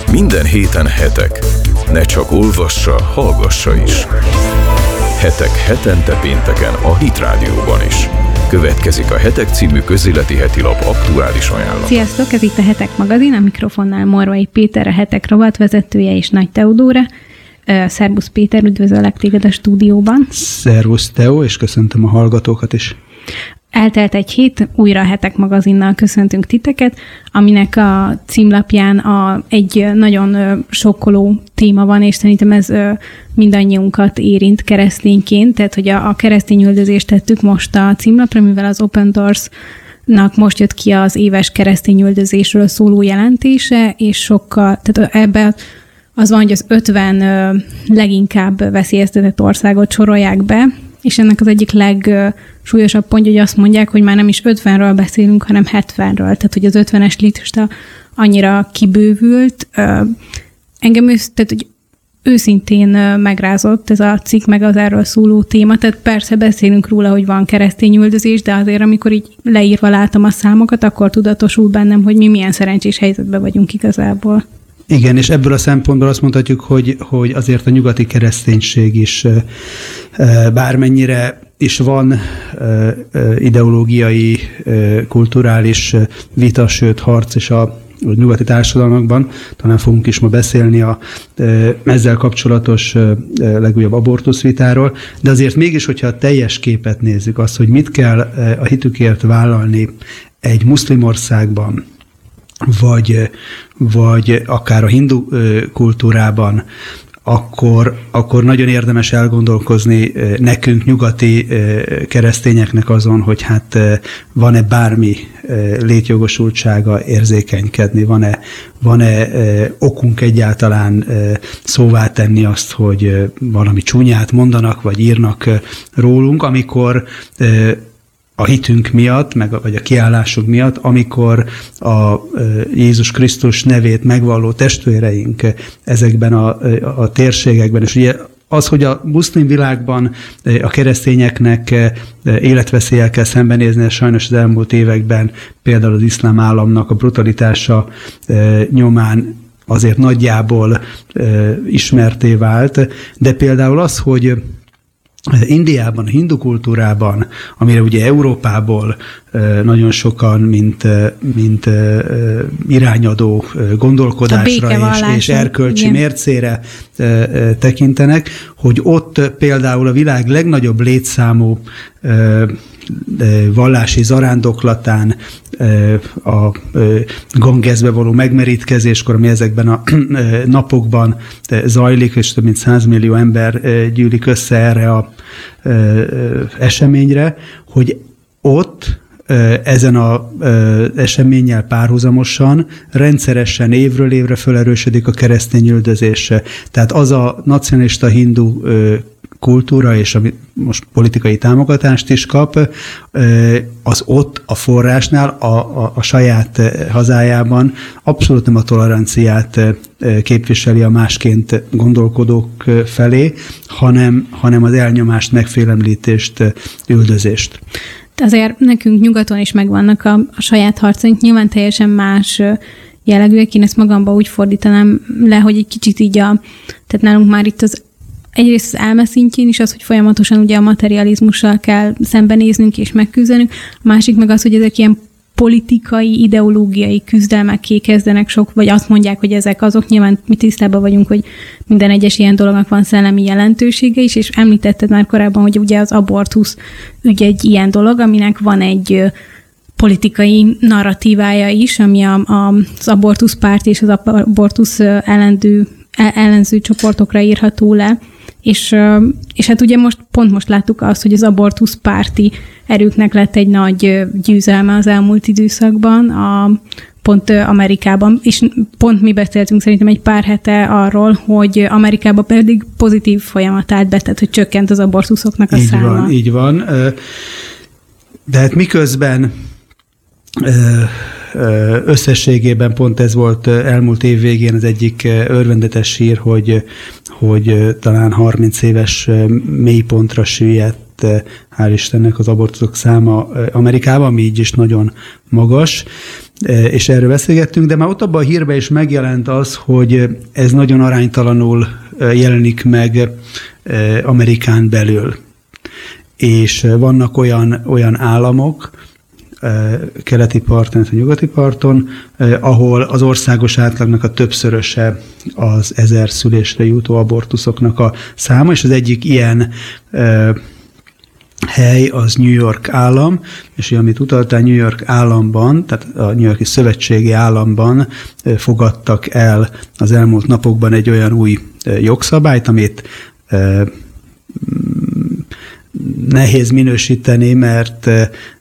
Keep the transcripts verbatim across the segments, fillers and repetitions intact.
Minden héten hetek. Ne csak olvassa, hallgassa is. Hetek hetente pénteken a Hit Rádióban is. Következik a Hetek című közéleti hetilap aktuális ajánlata. Sziasztok, ez itt a Hetek magazin, a mikrofonnál Morvai Péter, a Hetek rovatvezetője és Nagy Teodóra. Szervusz Péter, üdvözöllek téged a stúdióban. Szervusz Teó, és köszöntöm a hallgatókat is. Eltelt egy hét, újra a Hetek magazinnal köszöntünk titeket, aminek a címlapján a, egy nagyon sokkoló téma van, és szerintem ez mindannyiunkat érint keresztényként, tehát hogy a, a keresztényüldözést tettük most a címlapra, mivel az Open Doors-nak most jött ki az éves keresztényüldözésről szóló jelentése, és sokkal, tehát ebben az van, hogy az ötven leginkább veszélyeztetett országot sorolják be, és ennek az egyik legsúlyosabb pontja, hogy azt mondják, hogy már nem is ötvenről beszélünk, hanem hetvenről. Tehát, hogy az ötvenes lista annyira kibővült. Engem ősz, tehát, hogy őszintén megrázott ez a cikk, meg az erről szóló téma. Tehát persze beszélünk róla, hogy van keresztényüldözés, de azért, amikor így leírva látom a számokat, akkor tudatosul bennem, hogy mi milyen szerencsés helyzetben vagyunk igazából. Igen, és ebből a szempontból azt mondhatjuk, hogy, hogy azért a nyugati kereszténység is bármennyire is van ideológiai, kulturális vita, sőt harc is a nyugati társadalmakban. Talán fogunk is ma beszélni a ezzel kapcsolatos legújabb abortuszvitáról, de azért mégis, hogyha a teljes képet nézzük, azt, hogy mit kell a hitükért vállalni egy muszlim országban, vagy, vagy akár a hindu kultúrában, akkor, akkor nagyon érdemes elgondolkozni nekünk, nyugati keresztényeknek azon, hogy hát van-e bármi létjogosultsága érzékenykedni, van-e, van-e okunk egyáltalán szóvá tenni azt, hogy valami csúnyát mondanak, vagy írnak rólunk, amikor a hitünk miatt, meg, vagy a kiállásunk miatt, amikor a Jézus Krisztus nevét megvalló testvéreink ezekben a, a térségekben, és ugye az, hogy a muszlim világban a keresztényeknek életveszéllyel kell szembenézni, sajnos az elmúlt években például az iszlám államnak a brutalitása nyomán azért nagyjából ismerté vált, de például az, hogy Indiában, a hindu kultúrában, amire ugye Európából nagyon sokan, mint, mint irányadó gondolkodásra és, és erkölcsi igen. mércére tekintenek, hogy ott például a világ legnagyobb létszámú vallási zarándoklatán a Gangesbe való megmerítkezéskor, ami ezekben a napokban zajlik, és több mint száz millió ember gyűlik össze erre az eseményre, hogy ott ezen az eseménnyel párhuzamosan rendszeresen évről évre felerősödik a keresztényüldözés. Tehát az a nacionalista hindu kultúra, és ami most politikai támogatást is kap, az ott a forrásnál, a, a, a saját hazájában abszolút nem a toleranciát képviseli a másként gondolkodók felé, hanem, hanem az elnyomást, megfélemlítést, üldözést. Azért nekünk nyugaton is megvannak a, a saját harcaink, nyilván teljesen más jellegűek. Én ezt magamba úgy fordítanám le, hogy egy kicsit így a, tehát nálunk már itt az egyrészt az elme szintjén is az, hogy folyamatosan ugye a materializmussal kell szembenéznünk és megküzdenünk, a másik meg az, hogy ezek ilyen politikai, ideológiai küzdelmekké kezdenek sok, vagy azt mondják, hogy ezek azok, nyilván mi tisztában vagyunk, hogy minden egyes ilyen dolognak van szellemi jelentősége is, és említetted már korábban, hogy ugye az abortusz ügy egy ilyen dolog, aminek van egy politikai narratívája is, ami a, a, az abortusz párt és az abortusz ellendő, ellenző csoportokra írható le, és, és hát ugye most pont most láttuk azt, hogy az abortusz párti erőknek lett egy nagy győzelme az elmúlt időszakban, a, pont Amerikában, és pont mi beszéltünk szerintem egy pár hete arról, hogy Amerikában pedig pozitív folyamat állt be, tehát hogy csökkent az abortuszoknak a így száma. Van, így van. De hát miközben összességében pont ez volt elmúlt év végén az egyik örvendetes hír, hogy, hogy talán harminc éves mélypontra süllyedt, hál' Istennek, az abortuszok száma Amerikában, ami így is nagyon magas. és erről beszélgettünk, de már ott abban a hírben is megjelent az, hogy ez nagyon aránytalanul jelenik meg Amerikán belül. És vannak olyan, olyan államok, keleti parton, a nyugati parton, ahol az országos átlagnak a többszöröse az ezer szülésre jutó abortuszoknak a száma, és az egyik ilyen hely az New York állam, és amit utaltál, New York államban, tehát a New Yorki szövetségi államban fogadtak el az elmúlt napokban egy olyan új jogszabályt, amit nehéz minősíteni, mert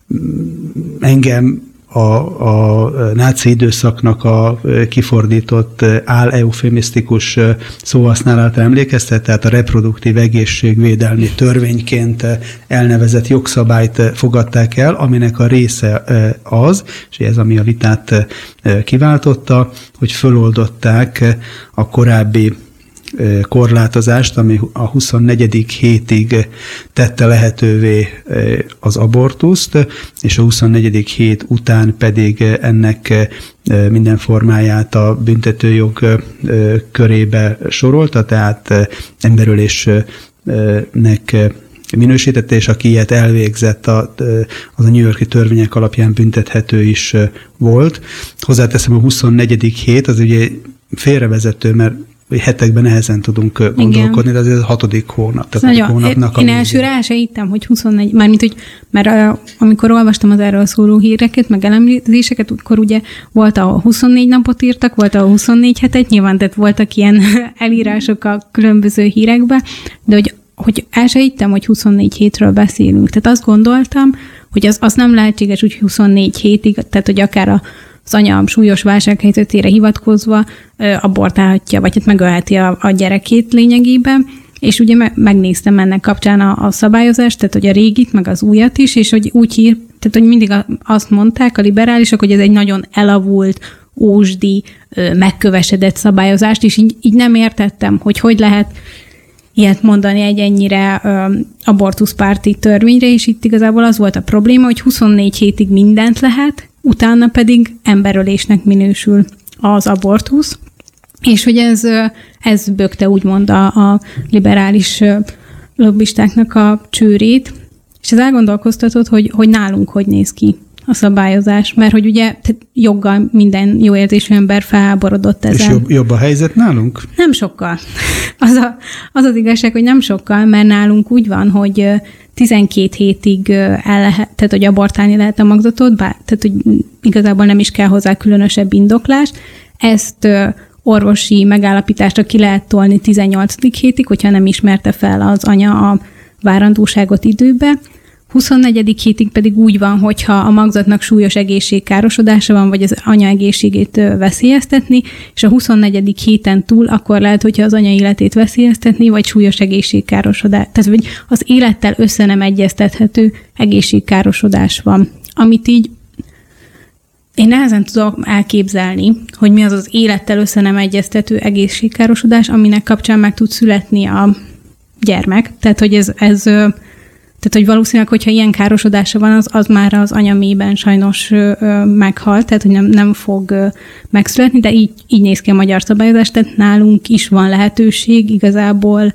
engem a, a náci időszaknak a kifordított áleufemisztikus szóhasználatára emlékeztet, tehát a reproduktív egészségvédelmi törvényként elnevezett jogszabályt fogadták el, aminek a része az, és ez ami a vitát kiváltotta, hogy föloldották a korábbi korlátozást, ami a huszonnegyedik hétig tette lehetővé az abortuszt, és a huszonnegyedik hét után pedig ennek minden formáját a büntetőjog körébe sorolta, tehát emberölésnek minősítette, és aki ilyet elvégzett, az a New Yorki törvények alapján büntethető is volt. Hozzáteszem, a huszonnegyedik hét az ugye félrevezető, mert hetekben nehezen tudunk gondolkodni, de ez a hatodik hónap. Tehát szóval a hónapnak én elsőre el se hittem, hogy huszonnégy, mármint, hogy mert amikor olvastam az erről szóló híreket, meg elemzéseket, akkor ugye volt, ahol huszonnégy napot írtak, volt, ahol huszonnégy hetet, nyilván, tehát voltak ilyen elírások a különböző hírekbe, de hogy, hogy el se hittem, hogy huszonnégy hétről beszélünk. Tehát azt gondoltam, hogy az, az nem lehetséges úgy huszonnégy hétig, tehát hogy akár a az anya súlyos válsághelyzetére hivatkozva abortálhatja, vagy hát megölheti a, a gyerekét lényegében, és ugye me- megnéztem ennek kapcsán a, a szabályozást, tehát hogy a régit, meg az újat is, és hogy úgy hír, tehát hogy mindig a, azt mondták a liberálisok, hogy ez egy nagyon elavult, ósdi, megkövesedett szabályozást, és így, így nem értettem, hogy hogy lehet ilyet mondani egy ennyire abortuszpárti törvényre, és itt igazából az volt a probléma, hogy huszonnégy hétig mindent lehet, utána pedig emberölésnek minősül az abortusz, és hogy ez, ez bökte úgymond a, a liberális lobbistáknak a csőrét, és ez elgondolkoztatott, hogy, hogy nálunk hogy néz ki a szabályozás, mert hogy ugye tehát joggal minden jó érzésű ember felháborodott ezen. És jobb, jobb a helyzet nálunk? Nem sokkal. Az, a, az az igazság, hogy nem sokkal, mert nálunk úgy van, hogy tizenkét hétig el lehet, tehát hogy abortálni lehet a magzatot, bár, tehát hogy igazából nem is kell hozzá különösebb indoklás. Ezt orvosi megállapításra ki lehet tolni tizennyolcadik hétig, hogyha nem ismerte fel az anya a várandóságot időbe. huszonnegyedik hétig pedig úgy van, hogyha a magzatnak súlyos egészségkárosodása van, vagy az anya egészségét veszélyeztetni, és a huszonnegyedik héten túl akkor lehet, hogyha az anya életét veszélyeztetni, vagy súlyos egészségkárosodás. Tehát vagy az élettel össze nem egyeztethető egészségkárosodás van, amit így én nehezen tudom elképzelni, hogy mi az az élettel össze nem egyeztető egészségkárosodás, aminek kapcsán meg tud születni a gyermek. Tehát, hogy ez, ez Tehát, hogy valószínűleg, hogyha ilyen károsodása van, az, az már az anyamében sajnos ö, ö, meghalt, tehát, hogy nem, nem fog ö, megszületni, de így, így néz ki a magyar szabályozás, tehát nálunk is van lehetőség igazából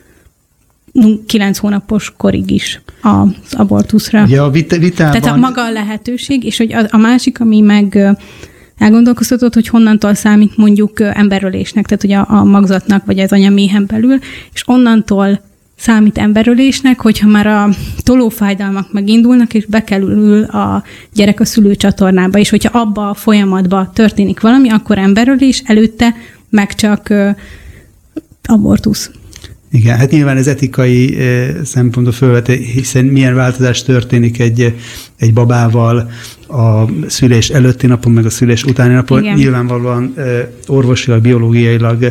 kilenc hónapos korig is az abortuszra. Ja, a vit- vitában... Tehát a maga a lehetőség, és hogy a, a másik, ami meg ö, elgondolkoztatott, hogy honnantól számít mondjuk ö, emberölésnek, tehát hogy a, a magzatnak, vagy az anyaméhen belül, és onnantól számít emberölésnek, hogyha már a tolófájdalmak megindulnak, és bekerül a gyerek a szülőcsatornába, és hogyha abba a folyamatban történik valami, akkor emberölés, előtte meg csak ö, abortusz. Igen, hát nyilván ez etikai szempontból fölvet, hiszen milyen változás történik egy, egy babával a szülés előtti napon, meg a szülés utáni napon. Igen. Nyilvánvalóan orvosilag, biológiailag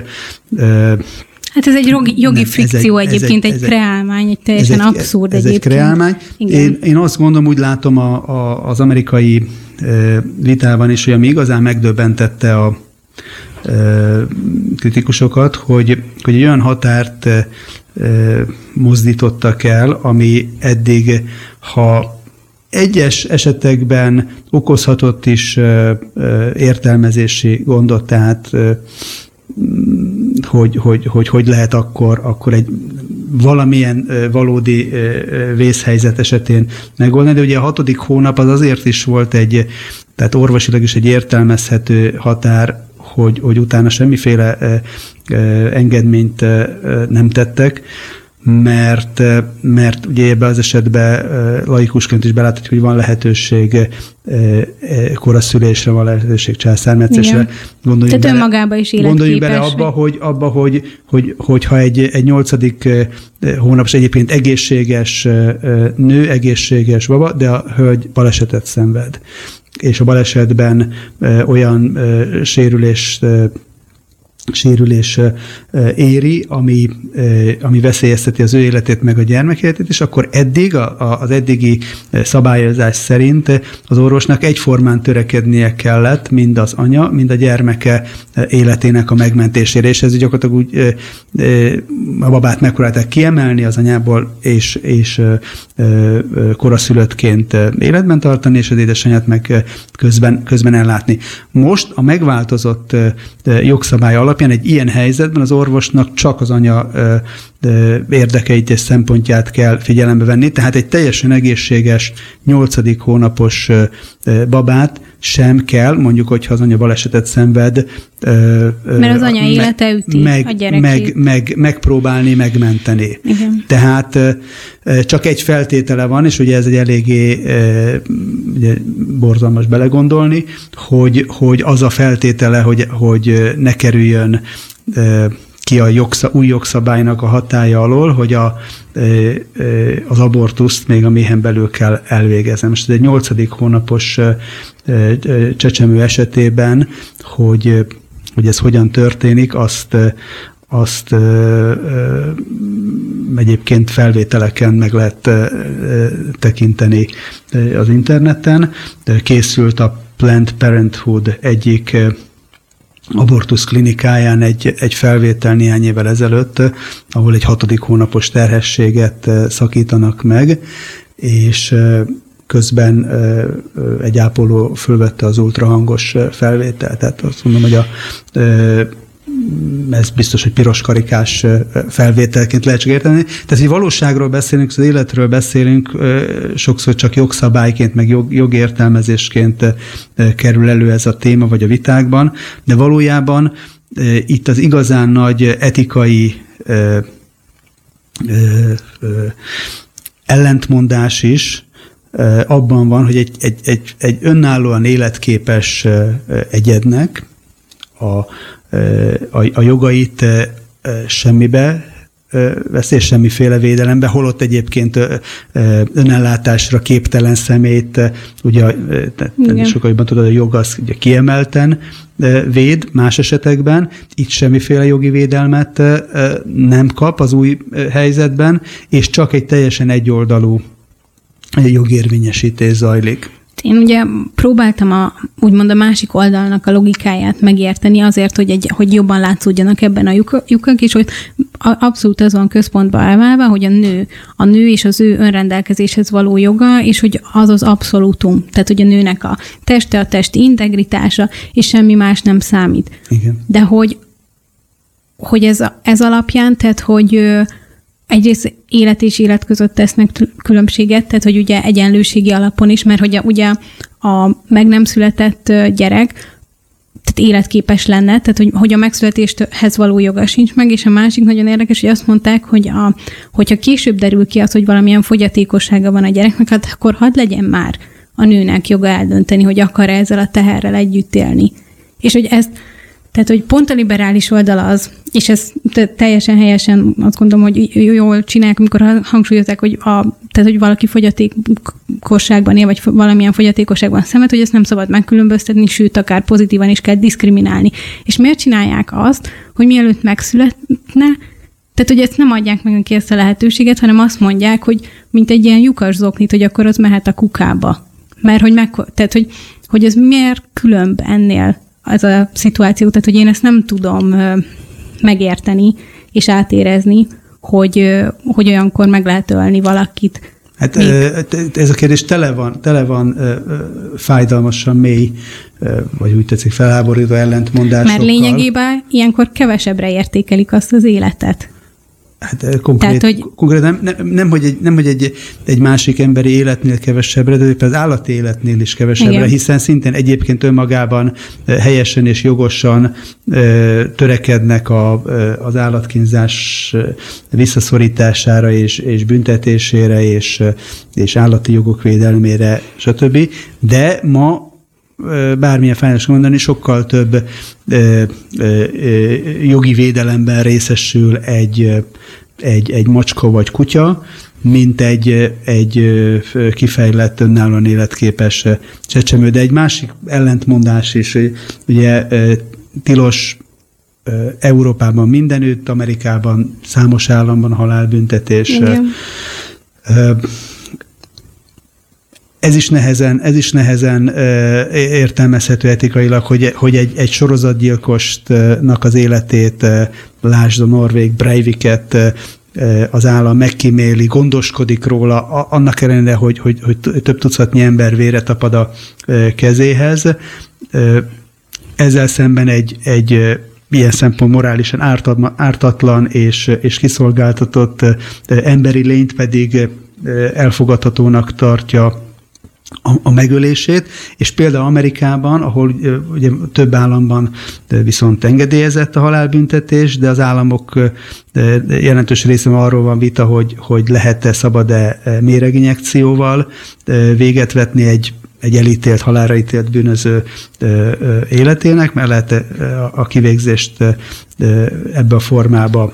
hát ez egy jogi, jogi nem, frikció egy, egyébként, egy, egy kreálmány, egy teljesen egy, abszurd ez egyébként. Ez egy kreálmány. Én, én azt gondolom, úgy látom a, a, az amerikai vitában is, hogy ami igazán megdöbbentette a kritikusokat, hogy, hogy egy olyan határt mozdítottak el, ami eddig, ha egyes esetekben okozhatott is értelmezési gondot, tehát hogy hogy, hogy, hogy lehet akkor, akkor egy valamilyen valódi vészhelyzet esetén megoldani, de ugye a hatodik hónap az azért is volt egy, tehát orvosilag is egy értelmezhető határ, hogy, hogy utána semmiféle engedményt nem tettek, mert, mert ugye ebben az esetben laikusként is beláthatjuk, hogy van lehetőség koraszülésre, van lehetőség császármetszésre. Gondoljunk Tehát önmagában is életképes. Gondoljunk bele abba, hogy, abba, hogy, hogy, hogyha egy, egy nyolcadik hónapos egyébként egészséges nő, egészséges baba, de a hölgy balesetet szenved. És a balesetben olyan sérülés sérülés éri, ami, ami veszélyezteti az ő életét, meg a gyermek életét, és akkor eddig, a, az eddigi szabályozás szerint az orvosnak egyformán törekednie kellett mind az anya, mind a gyermeke életének a megmentésére, és ez gyakorlatilag úgy a babát megpróbálták kiemelni az anyából, és, és koraszülöttként életben tartani, és az édesanyját meg közben, közben ellátni. Most a megváltozott jogszabály alapján egy ilyen helyzetben az orvosnak csak az anya érdekeit és szempontját kell figyelembe venni, tehát egy teljesen egészséges nyolcadik hónapos babát sem kell, mondjuk, hogyha az anya balesetet szenved, mert az anya me- élete üti meg, a gyerekét. Meg, meg, megpróbálni, megmenteni. Igen. Tehát csak egy feltétele van, és ugye ez egy eléggé ugye, borzalmas belegondolni, hogy, hogy az a feltétele, hogy, hogy ne kerüljön ki a jogszab, új jogszabálynak a hatálya alól, hogy a, az abortuszt még a méhen belül kell elvégezni. Most ez egy nyolcadik hónapos csecsemő esetében, hogy, hogy ez hogyan történik, azt, azt ö, ö, egyébként felvételeken meg lehet ö, tekinteni az interneten. Készült a Planned Parenthood egyik abortusz klinikáján egy, egy felvétel néhány évvel ezelőtt, ahol egy hatodik hónapos terhességet szakítanak meg, és közben egy ápoló fölvette az ultrahangos felvételt. Tehát azt mondom, hogy a, ez biztos, hogy piros karikás felvételként lehet csak érteni. Tehát, hogy valóságról beszélünk, az életről beszélünk, sokszor csak jogszabályként, meg jog, jogértelmezésként kerül elő ez a téma, vagy a vitákban, de valójában itt az igazán nagy etikai ellentmondás is abban van, hogy egy, egy, egy, egy önállóan életképes egyednek a, a, a jogait semmibe veszi, és semmiféle védelembe, holott egyébként önellátásra képtelen szemét, ugye sokkal jobban tudod, a jog az ugye kiemelten véd más esetekben, itt semmiféle jogi védelmet nem kap az új helyzetben, és csak egy teljesen egyoldalú jogérvényesítés zajlik. Én ugye próbáltam a, úgymond a másik oldalnak a logikáját megérteni azért, hogy, egy, hogy jobban látszódjanak ebben a lyukak, és hogy abszolút az van központba elválva, hogy a nő, a nő és az ő önrendelkezéshez való joga, és hogy az az abszolútum. Tehát, hogy a nőnek a teste, a testi integritása, és semmi más nem számít. Igen. De hogy, hogy ez, ez alapján, tehát, hogy egyrészt élet és élet között tesznek különbséget, tehát hogy ugye egyenlőségi alapon is, mert hogy a, ugye a meg nem született gyerek tehát életképes lenne, tehát hogy, hogy a megszületéshez való joga sincs meg, és a másik nagyon érdekes, hogy azt mondták, hogy a, hogyha később derül ki az, hogy valamilyen fogyatékossága van a gyereknek, hát akkor hadd legyen már a nőnek joga eldönteni, hogy akar ezzel a teherrel együtt élni. És hogy ezt Tehát, hogy pont a liberális oldal az, és ez teljesen helyesen azt gondolom, hogy jól csinálják, amikor hangsúlyozták, hogy, a, tehát, hogy valaki fogyatékosságban él, vagy valamilyen fogyatékosságban szenved, hogy ezt nem szabad megkülönböztetni, sőt, akár pozitívan is kell diszkriminálni. És miért csinálják azt, hogy mielőtt megszületne, tehát, hogy ezt nem adják meg neki ezt a lehetőséget, hanem azt mondják, hogy mint egy ilyen lyukas zoknit, hogy akkor az mehet a kukába. Mert hogy, meg, tehát, hogy, hogy ez miért különb ennél ez a szituáció, tehát hogy én ezt nem tudom megérteni és átérezni, hogy, hogy olyankor meg lehet ölni valakit Hát Mik? Ez a kérdés tele van, tele van fájdalmasan mély, vagy úgy tetszik felháborító ellentmondásokkal. Mert lényegében ilyenkor kevesebbre értékelik azt az életet. Hát konkrét, Tehát, hogy... konkrét nem, nem, nem, hogy, egy, nem, hogy egy, egy másik emberi életnél kevesebbre, de az állati életnél is kevesebbre, igen. Hiszen szintén egyébként önmagában helyesen és jogosan törekednek a, az állatkínzás visszaszorítására és, és büntetésére és, és állati jogok védelmére, stb. De ma bármilyen fájnos mondani, sokkal több ö, ö, jogi védelemben részesül egy, egy, egy macska vagy kutya, mint egy, egy kifejlett, önállóan életképes csecsemő. De egy másik ellentmondás is, ugye tilos Európában mindenütt, Amerikában számos államban halálbüntetés. Igen. Ez is nehezen, ez is nehezen értelmezhető etikailag, hogy, hogy egy, egy sorozatgyilkosnak az életét, lásd a norvég Breiviket, az állam megkíméli, gondoskodik róla, annak ellenére, hogy, hogy, hogy több tucatnyi ember vére tapad a kezéhez. Ezzel szemben egy, egy ilyen szempont morálisan ártatlan és, és kiszolgáltatott emberi lényt pedig elfogadhatónak tartja a, a megölését, és például Amerikában, ahol ugye több államban viszont engedélyezett a halálbüntetés, de az államok jelentős részben arról van vita, hogy, hogy lehet-e, szabad-e méreginjekcióval véget vetni egy, egy elítélt, halálra ítélt bűnöző életének, mert lehet a kivégzést ebbe a formába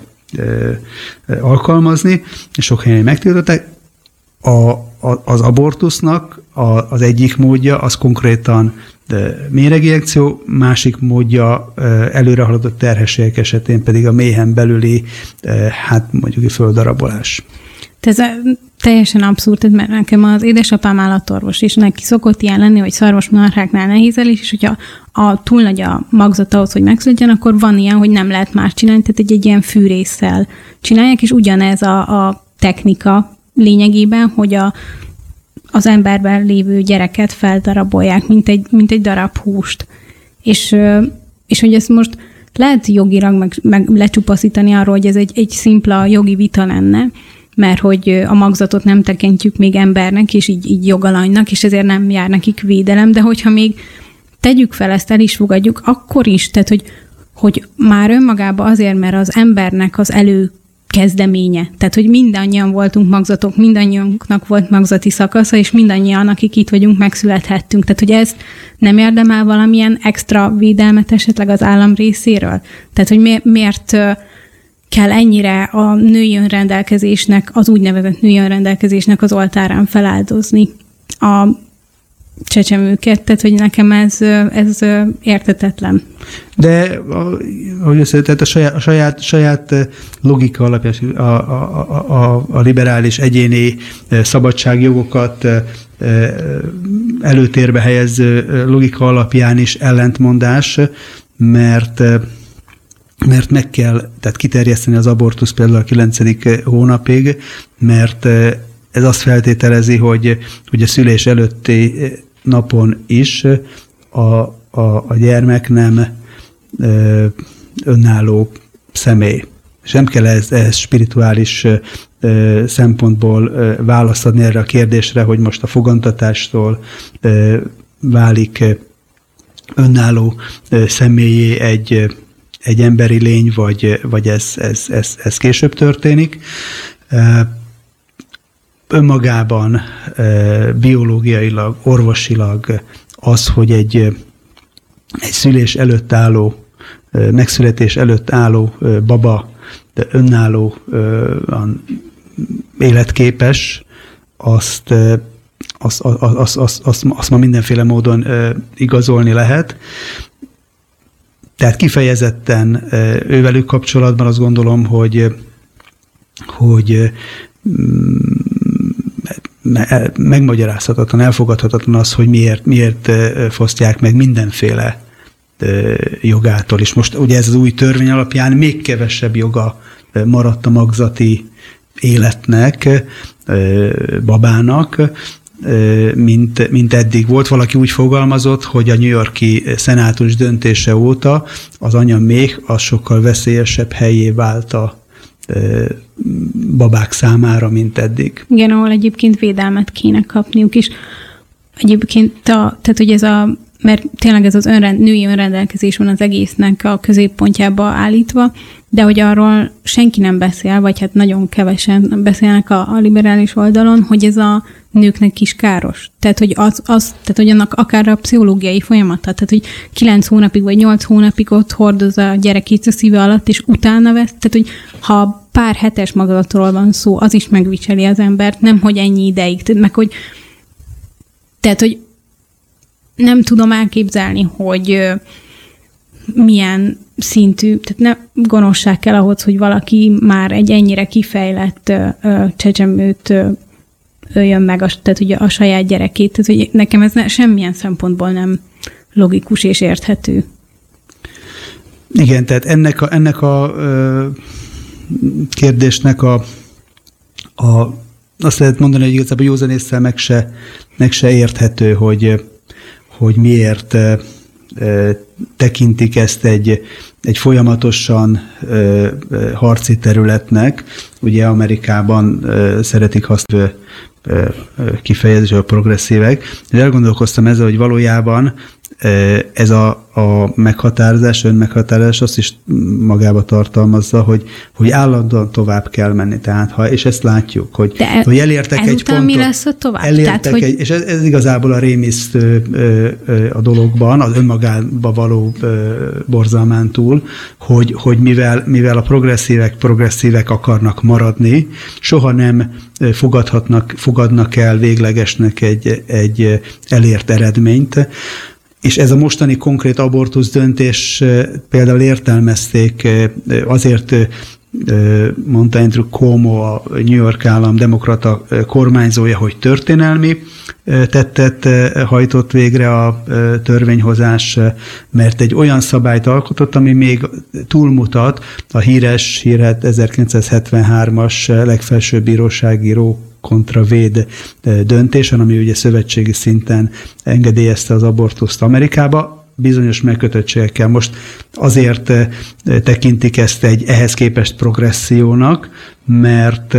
alkalmazni, és sok helyen megtiltották. A, a, az abortusznak a, az egyik módja, az konkrétan méreginjekció, másik módja előrehaladott terhességek esetén pedig a méhen belüli, hát mondjuk földarabolás. Ez teljesen abszurd, mert nekem az édesapám állatorvos, és neki szokott ilyen lenni, hogy szarvasmarháknál nehézelés, és hogyha a, túl nagy a magzat ahhoz, hogy megszületjen, akkor van ilyen, hogy nem lehet más csinálni, tehát egy, egy ilyen fűrésszel csinálják, és ugyanez a, a technika lényegében, hogy a, az emberben lévő gyereket feldarabolják, mint egy, mint egy darab húst. És, és hogy ezt most lehet jogilag meg, meg lecsupaszítani arról, hogy ez egy, egy szimpla jogi vita lenne, mert hogy a magzatot nem tekintjük még embernek, és így, így jogalanynak, és ezért nem jár nekik védelem, de hogyha még tegyük fel, ezt el is fogadjuk, akkor is, tehát hogy, hogy már önmagában azért, mert az embernek az elő kezdeménye. Tehát, hogy mindannyian voltunk magzatok, mindannyiunknak volt magzati szakasza, és mindannyian, akik itt vagyunk, megszülethettünk. Tehát, hogy ez nem érdemel valamilyen extra védelmet esetleg az állam részéről? Tehát, hogy mi, miért kell ennyire a női önrendelkezésnek, az úgynevezett női önrendelkezésnek az oltárán feláldozni a csecsemőket, tehát hogy nekem ez, ez érthetetlen. De ahogy össze, tehát a saját, a saját, saját logika alapján a, a, a, a liberális egyéni szabadságjogokat előtérbe helyező logika alapján is ellentmondás, mert mert meg kell tehát kiterjeszteni az abortusz például a kilencedik hónapig, mert ez azt feltételezi, hogy, hogy a szülés előtti napon is a, a, a gyermek nem ö, önálló személy. És nem kell ehhez, ehhez spirituális ö, szempontból ö, választ adni erre a kérdésre, hogy most a fogantatástól ö, válik önálló ö, személyé egy, egy emberi lény, vagy, vagy ez, ez, ez, ez később történik. Önmagában biológiailag, orvosilag az, hogy egy, egy szülés előtt álló, megszületés előtt álló baba de önálló, életképes, azt, azt, azt, azt, azt, azt ma mindenféle módon igazolni lehet. Tehát kifejezetten ővelük kapcsolatban azt gondolom, hogy, hogy megmagyarázhatatlan, elfogadhatatlan az, hogy miért, miért fosztják meg mindenféle jogától. És most ugye ez az új törvény alapján még kevesebb joga maradt a magzati életnek, babának, mint, mint eddig volt. Valaki úgy fogalmazott, hogy a New York-i szenátus döntése óta az anya méh az sokkal veszélyesebb helyé vált a babák számára, mint eddig. Igen, ahol egyébként védelmet kéne kapniuk is. Egyébként, a, tehát hogy ez a, mert tényleg ez az önrend, női önrendelkezés van az egésznek a középpontjába állítva, de hogy arról senki nem beszél, vagy hát nagyon kevesen beszélnek a, a liberális oldalon, hogy ez a nőknek is káros. Tehát, hogy az, az tehát, hogy annak akár a pszichológiai folyamata, tehát, hogy kilenc hónapig vagy nyolc hónapig ott hordoz a gyerekét a szíve alatt, és utána vesz, tehát, hogy ha pár hetes magadról van szó, az is megvicseli az embert, nem, hogy ennyi ideig, tehát, meg, hogy tehát, hogy nem tudom elképzelni, hogy milyen szintű, tehát ne gonoszság kell ahhoz, hogy valaki már egy ennyire kifejlett csecsemőt öljön meg, a, tehát ugye a saját gyerekét. Tehát, hogy nekem ez ne, semmilyen szempontból nem logikus és érthető. Igen, tehát ennek a, ennek a ö, kérdésnek a, a azt lehet mondani, hogy igazából józanésszel meg se, meg se érthető, hogy, hogy miért tekintik ezt egy, egy folyamatosan harci területnek. Ugye Amerikában szeretik azt kifejezni a progresszívek. És elgondolkoztam ezzel, hogy valójában ez a, a meghatározás, önmeghatározás azt is magába tartalmazza, hogy, hogy állandóan tovább kell menni. Tehát, ha, és ezt látjuk, hogy, de hogy elértek egy pontot. mi lesz a tovább? Elértek Tehát, hogy... egy, és ez, ez igazából a rémisztő a dologban, az önmagába való borzalmán túl, hogy, hogy mivel, mivel a progresszívek progresszívek akarnak maradni, soha nem fogadhatnak, fogadnak el véglegesnek egy, egy elért eredményt. És ez a mostani konkrét abortusz döntés például értelmezték, azért mondta Andrew Cuomo, a New York állam demokrata kormányzója, hogy történelmi tettet hajtott végre a törvényhozás, mert egy olyan szabályt alkotott, ami még túlmutat a híres, hírhet ezerkilencszázhetvenhármas legfelsőbb bírósági Roe kontra Wade döntésen, ami ugye szövetségi szinten engedélyezte az abortuszt Amerikába, bizonyos megkötöttségekkel. Most azért tekintik ezt egy ehhez képest progressziónak, mert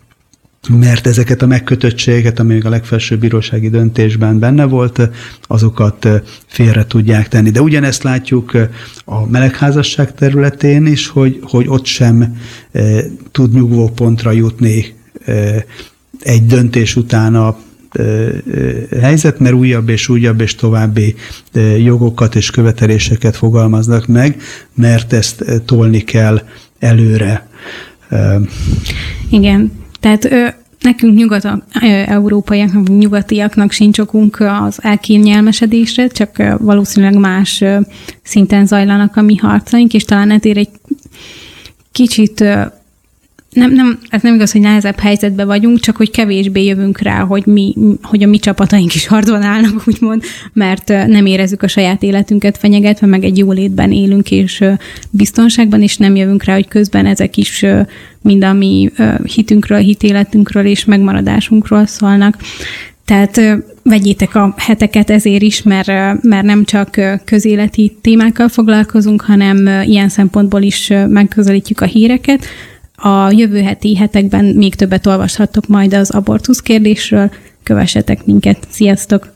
mert ezeket a megkötöttségeket, ami még a legfelsőbb bírósági döntésben benne volt, azokat félre tudják tenni. De ugyanezt látjuk a melegházasság területén is, hogy, hogy ott sem e, tud nyugvó pontra jutni e, egy döntés után a e, e, helyzet, mert újabb és újabb és további e, jogokat és követeléseket fogalmaznak meg, mert ezt e, tolni kell előre. E, Igen. Tehát ö, nekünk nyugat, európaiaknak, nyugatiaknak sincs okunk az elkényelmesedésre, csak ö, valószínűleg más ö, szinten zajlanak a mi harcaink, és talán ezért egy kicsit, ö, nem, nem, ez nem igaz, hogy nehezebb helyzetben vagyunk, csak hogy kevésbé jövünk rá, hogy, mi, hogy a mi csapataink is harcban állnak, úgymond, mert ö, nem érezzük a saját életünket fenyegetve, meg egy jólétben élünk, és ö, biztonságban, és nem jövünk rá, hogy közben ezek is ö, mind a mi hitünkről, hitéletünkről és megmaradásunkról szólnak. Tehát vegyétek a heteket ezért is, mert, mert nem csak közéleti témákkal foglalkozunk, hanem ilyen szempontból is megközelítjük a híreket. A jövő heti hetekben még többet olvashattok majd az abortusz kérdésről. Kövessetek minket. Sziasztok!